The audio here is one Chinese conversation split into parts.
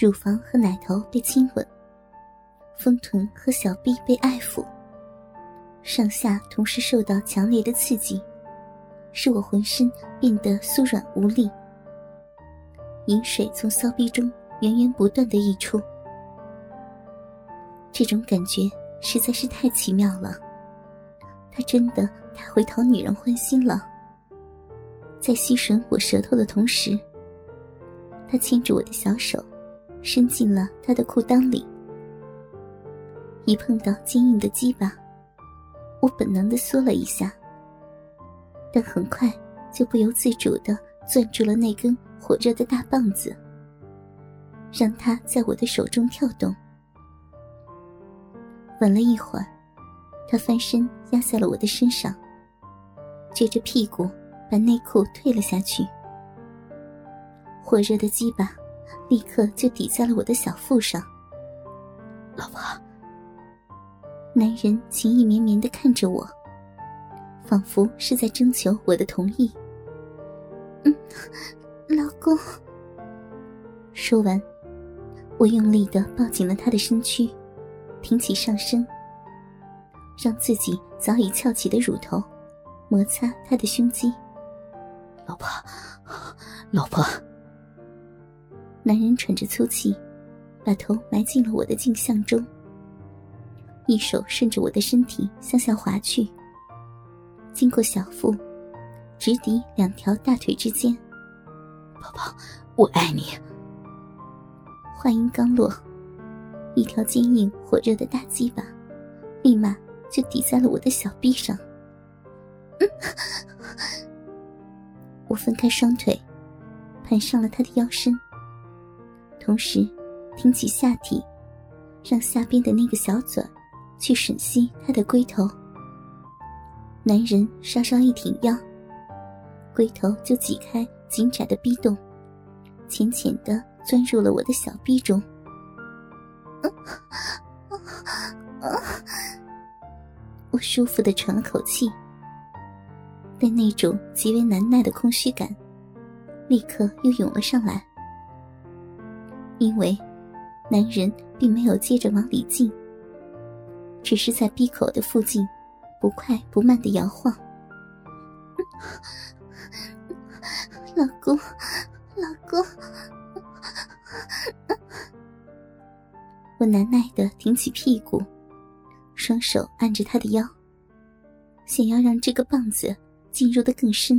乳房和奶头被亲吻，丰臀和小臂被爱抚，上下同时受到强烈的刺激，使我浑身变得酥软无力。饮水从骚逼中源源不断地溢出，这种感觉实在是太奇妙了，它真的太会讨女人欢心了。在吸吮我舌头的同时，他牵着我的小手伸进了他的裤裆里，一碰到坚硬的鸡巴，我本能地缩了一下，但很快就不由自主地攥住了那根火热的大棒子，让它在我的手中跳动。吻了一会儿，他翻身压在了我的身上，撅着屁股把内裤退了下去。火热的鸡巴立刻就抵在了我的小腹上。 老婆， 男人情意绵绵地看着我，仿佛是在征求我的同意。老公。说完，我用力地抱紧了他的身躯，挺起上身，让自己早已翘起的乳头摩擦他的胸肌。 老婆，老婆。 男人喘着粗气，把头埋进了我的颈项中，一手顺着我的身体向下滑去，经过小腹，直抵两条大腿之间。 宝宝，我爱你。 话音刚落，一条坚硬火热的大鸡巴立马就抵在了我的小臂上。我分开双腿，盘上了他的腰身，同时挺起下体，让下边的那个小嘴去吮吸他的龟头。男人稍稍一挺腰，龟头就挤开紧窄的逼洞，浅浅地钻入了我的小臂中。我舒服地喘了口气，但那种极为难耐的空虚感立刻又涌了上来，因为男人并没有接着往里进，只是在逼口的附近不快不慢地摇晃。老公，老公。我难耐地挺起屁股，双手按着他的腰，想要让这个棒子进入得更深。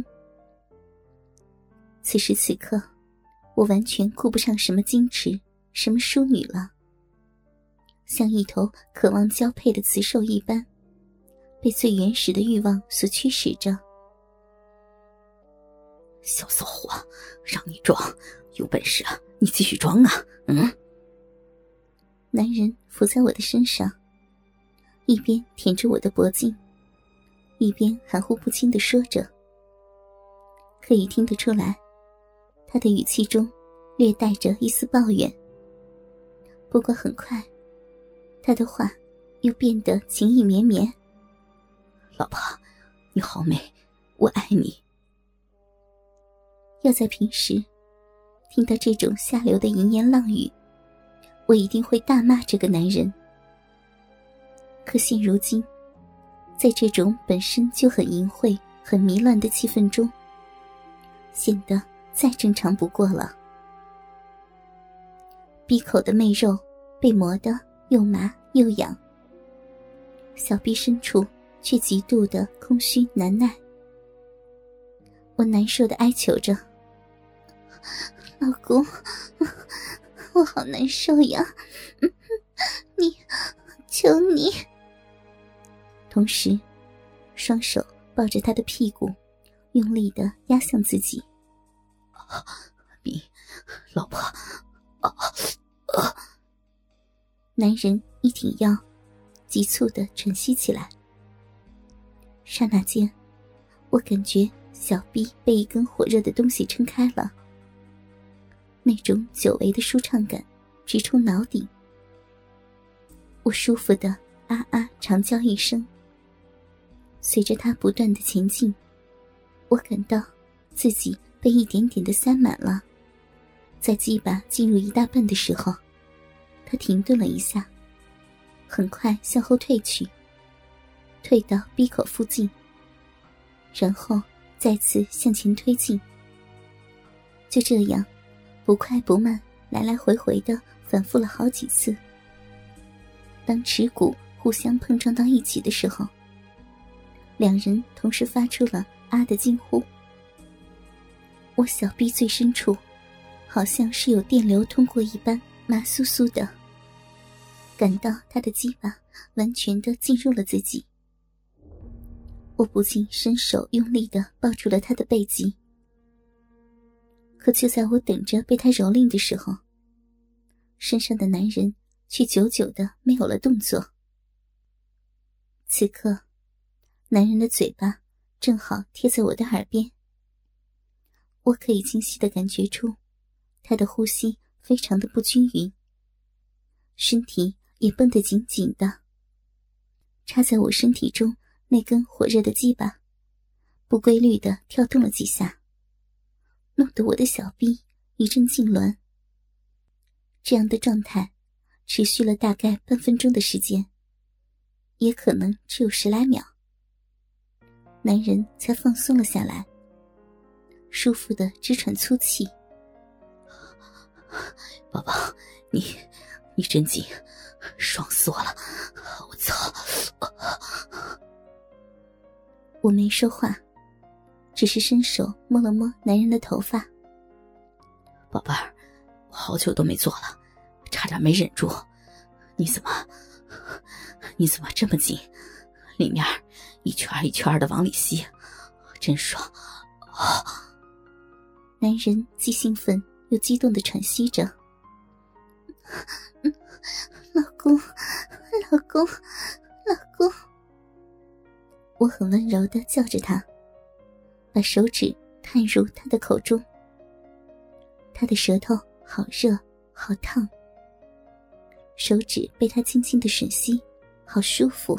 此时此刻，我完全顾不上什么矜持，什么淑女了，像一头渴望交配的雌兽一般，被最原始的欲望所驱使着。 小骚货，让你装，有本事啊，你继续装啊！ 男人伏在我的身上，一边舔着我的脖颈，一边含糊不清地说着。可以听得出来，他的语气中略带着一丝抱怨。不过很快，他的话又变得情意绵绵。 老婆，你好美，我爱你。 要在平时听到这种下流的淫言浪语，我一定会大骂这个男人。可现如今，在这种本身就很淫秽很糜烂的气氛中，显得再正常不过了。闭口的媚肉被磨得又麻又痒，小臂深处却极度的空虚难耐。我难受地哀求着，老公，我好难受呀，你，求你。同时双手抱着他的屁股，用力地压向自己。 你，老婆， 男人一挺腰，急促地喘息起来。刹那间，我感觉小臂被一根火热的东西撑开了，那种久违的舒畅感直冲脑顶。我舒服地啊啊长叫一声。随着他不断的前进，我感到自己被一点点地塞满了， 在鸡巴进入一大半的时候，他停顿了一下，很快向后退去，退到鼻口附近，然后再次向前推进。就这样不快不慢，来来回回地反复了好几次。当耻骨互相碰撞到一起的时候，两人同时发出了啊的惊呼。我小臂最深处好像是有电流通过一般，麻酥酥的，感到他的鸡巴完全地进入了自己。我不禁伸手用力地抱住了他的背脊，可就在我等着被他蹂躏的时候，身上的男人却久久的没有了动作。此刻男人的嘴巴正好贴在我的耳边，我可以清晰地感觉出他的呼吸非常的不均匀，身体也绷得紧紧的。插在我身体中那根火热的鸡巴不规律地跳动了几下，弄得我的小臂一阵痉挛。这样的状态持续了大概半分钟的时间，也可能只有10来秒，男人才放松了下来，舒服地直喘粗气。 宝宝，你真紧，爽死我了，我操！ 我没说话，只是伸手摸了摸男人的头发。 宝贝儿，我好久都没做了，差点没忍住。你怎么这么紧？里面一圈一圈的往里吸，真爽啊！ 男人既兴奋又激动地喘息着。老公，老公，老公。我很温柔地叫着他，把手指探入他的口中。他的舌头好热好烫，手指被他轻轻地吮吸，好舒服。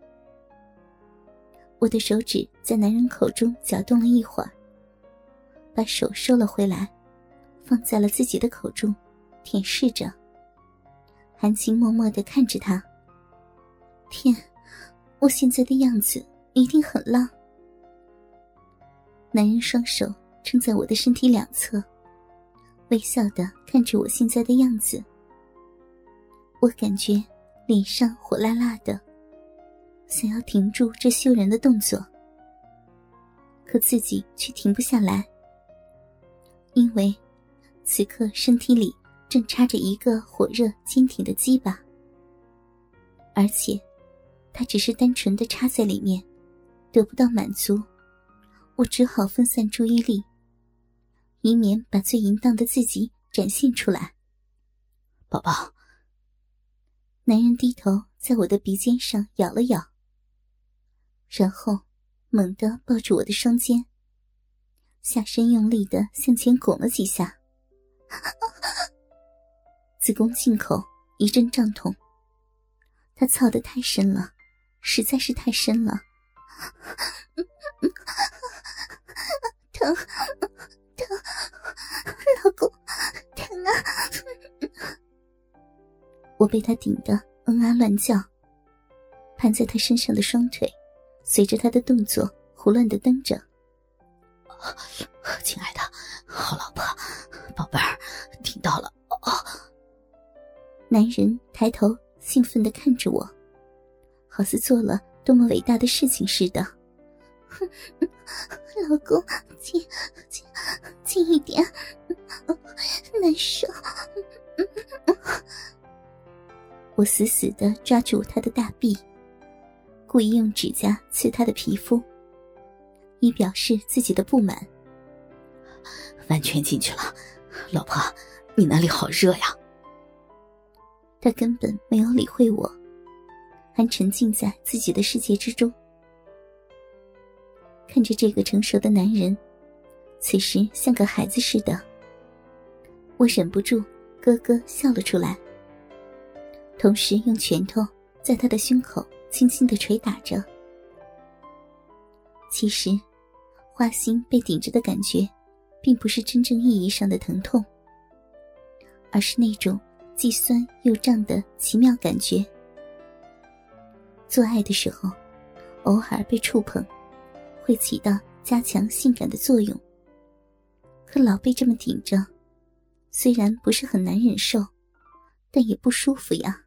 我的手指在男人口中搅动了一会儿，把手收了回来，放在了自己的口中，舔舐着，含情脉脉地看着他。天，我现在的样子一定很浪。男人双手撑在我的身体两侧，微笑地看着我现在的样子。我感觉脸上火辣辣的，想要停住这羞人的动作，可自己却停不下来，因为此刻身体里正插着一个火热坚挺的鸡巴，而且它只是单纯的插在里面，得不到满足。我只好分散注意力，以免把最淫荡的自己展现出来。 宝宝。 男人低头在我的鼻尖上咬了咬，然后猛地抱住我的双肩，下身用力地向前拱了几下。子宫进口一阵胀痛，他操得太深了，实在是太深了。疼，老公，疼啊！我被他顶得啊乱叫，盘在他身上的双腿随着他的动作胡乱地蹬着。 亲爱的，好老婆，宝贝儿，听到了哦。 男人抬头兴奋地看着我，好似做了多么伟大的事情似的。老公，近一点，难受。我死死地抓住他的大臂，故意用指甲刺他的皮肤，以表示自己的不满。 完全进去了，老婆，你那里好热呀。 他根本没有理会我，还沉浸在自己的世界之中。看着这个成熟的男人，此时像个孩子似的，我忍不住咯咯笑了出来，同时用拳头在他的胸口轻轻地捶打着。其实花心被顶着的感觉并不是真正意义上的疼痛， 而是那种既酸又胀的奇妙感觉。做爱的时候，偶尔被触碰，会起到加强性感的作用。可老被这么顶着，虽然不是很难忍受，但也不舒服呀。